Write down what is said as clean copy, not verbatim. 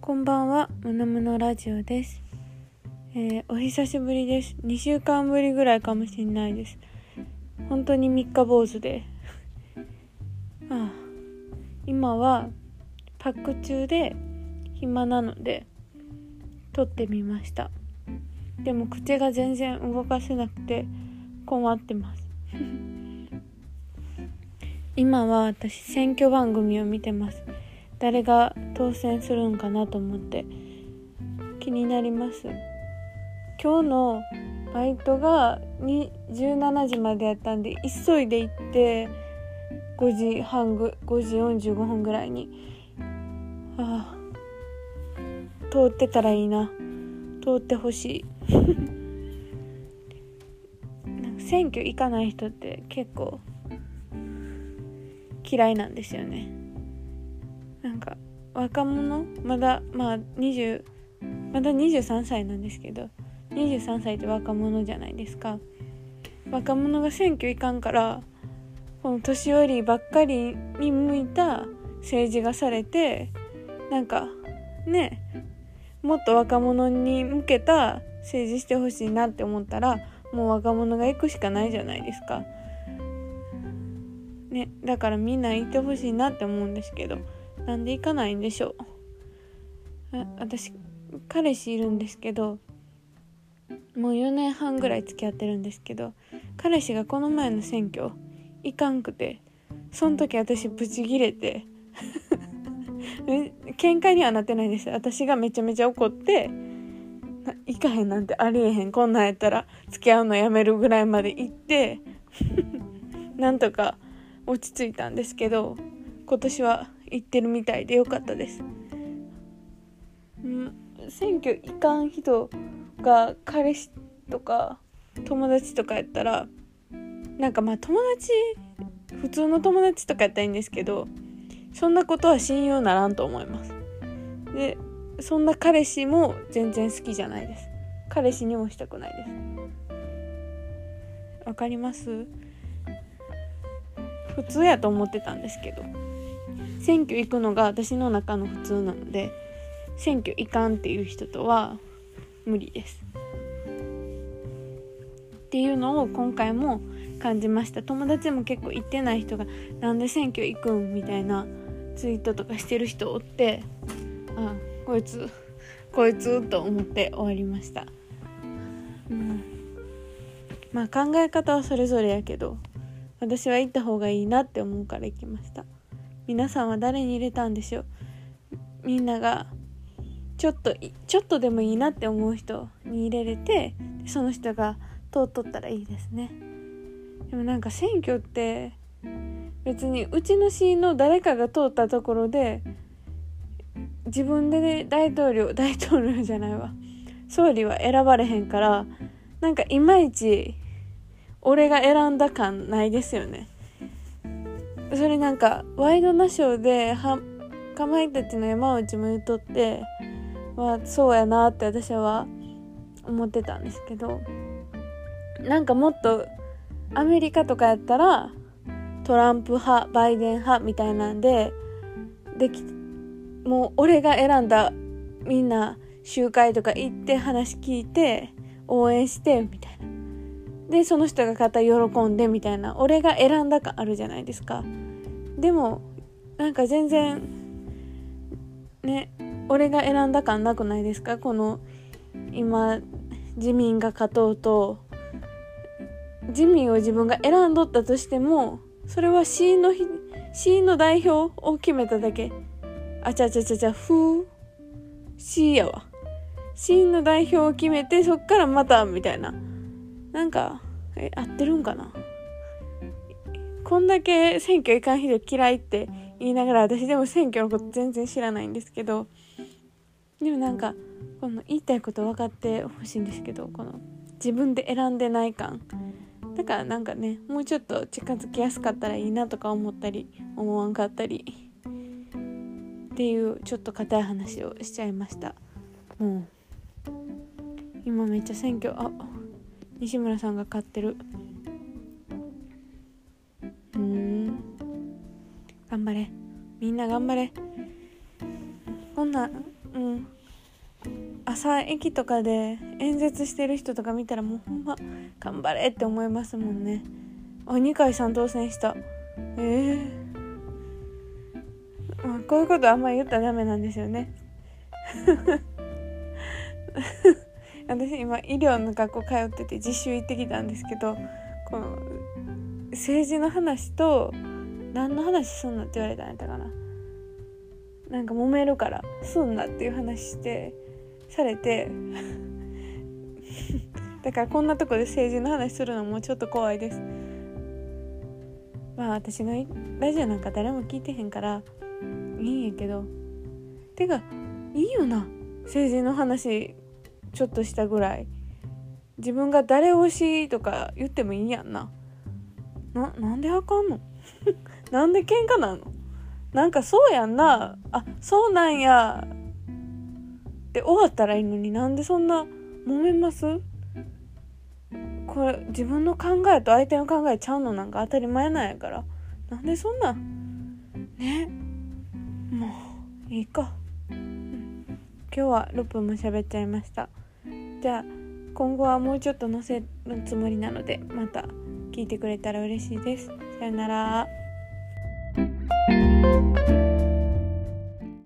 こんばんは、むのむのラジオです。お久しぶりです。2週間ぶりぐらいかもしれないです。本当に三日坊主で今はパック中で暇なので撮ってみました。でも口が全然動かせなくて困ってます今は私選挙番組を見てます。誰が当選するんかなと思って気になります。今日のバイトが17時までやったんで急いで行って5時45分ぐらいに通ってたらいいな。通ってほしいなんか選挙行かない人って結構嫌いなんですよね。なんか若者まだ23歳なんですけど、23歳って若者じゃないですか。若者が選挙行かんからこの年寄りばっかりに向いた政治がされて、なんかね、もっと若者に向けた政治してほしいなって思ったらもう若者が行くしかないじゃないですかね。だからみんな行ってほしいなって思うんですけど、なんで行かないんでしょう。私彼氏いるんですけど、もう4年半ぐらい付き合ってるんですけど、彼氏がこの前の選挙行かんくて、その時私ブチギレて喧嘩にはなってないんです。私がめちゃめちゃ怒って行かへんなんてありえへん、こんなんやったら付き合うのやめるぐらいまで行ってなんとか落ち着いたんですけど、今年は行ってるみたいでよかったです。選挙行かん人が彼氏とか友達とかやったら、なんか友達、普通の友達とかやったらいいんですけど、そんなことは信用ならんと思います。で、そんな彼氏も全然好きじゃないです。彼氏にもしたくないです。わかります？普通やと思ってたんですけど、選挙行くのが私の中の普通なので、選挙行かんっていう人とは無理ですっていうのを今回も感じました。友達も結構行ってない人がなんで選挙行くんみたいなツイートとかしてる人おって、こいつと思って終わりました。考え方はそれぞれやけど、私は行った方がいいなって思うから行きました。皆さんは誰に入れたんでしょう。みんながちょっとでもいいなって思う人に入れれて、その人が通っとったらいいですね。でもなんか選挙って別にうちの市の誰かが通ったところで自分で、大統領じゃないわ、総理は選ばれへんから、なんかいまいち俺が選んだ感ないですよね。それなんかワイドナショーでかまいたちの山内も言っとって、そうやなって私は思ってたんですけど、なんかもっとアメリカとかやったらトランプ派バイデン派みたいなんでもう俺が選んだ、みんな集会とか行って話聞いて応援してみたいな、でその人が勝ったら喜んでみたいな、俺が選んだ感あるじゃないですか。でもなんか全然ね、俺が選んだ感なくないですか。この今自民が勝とうと、自民を自分が選んどったとしても、それは市の代表を決めただけ。市やわ。市の代表を決めてそっからまたみたいな、なんか合ってるんかな。こんだけ選挙行かん人嫌いって言いながら、私でも選挙のこと全然知らないんですけど、でもなんかこの言いたいこと分かってほしいんですけど、この自分で選んでない感だから、なんかね、もうちょっと近づきやすかったらいいなとか思ったり思わんかったりっていうちょっと硬い話をしちゃいました。もう今めっちゃ選挙、西村さんが勝ってる。頑張れ、みんな頑張れ。こんな朝駅とかで演説してる人とか見たらもうほんま頑張れって思いますもんね。二階さん当選した。こういうことあんまり言ったらダメなんですよね私今医療の学校通ってて実習行ってきたんですけど、この政治の話と何の話すんなって言われたんやったかな、なんか揉めるからすんなっていう話されてだからこんなとこで政治の話するのもちょっと怖いです。私のラジオなんか誰も聞いてへんからいいんやけど、てかいいよな、政治の話ちょっとしたぐらい。自分が誰推しとか言ってもいいやんな。なんであかんのなんで喧嘩なんの。なんかそうやんな、そうなんやで終わったらいいのに、なんでそんな揉めます。これ自分の考えと相手の考えちゃうのなんか当たり前なんやから、なんでそんなね。もういいか、今日は6分も喋っちゃいました。じゃあ今後はもうちょっと載せるつもりなので、また聞いてくれたら嬉しいです。さよなら。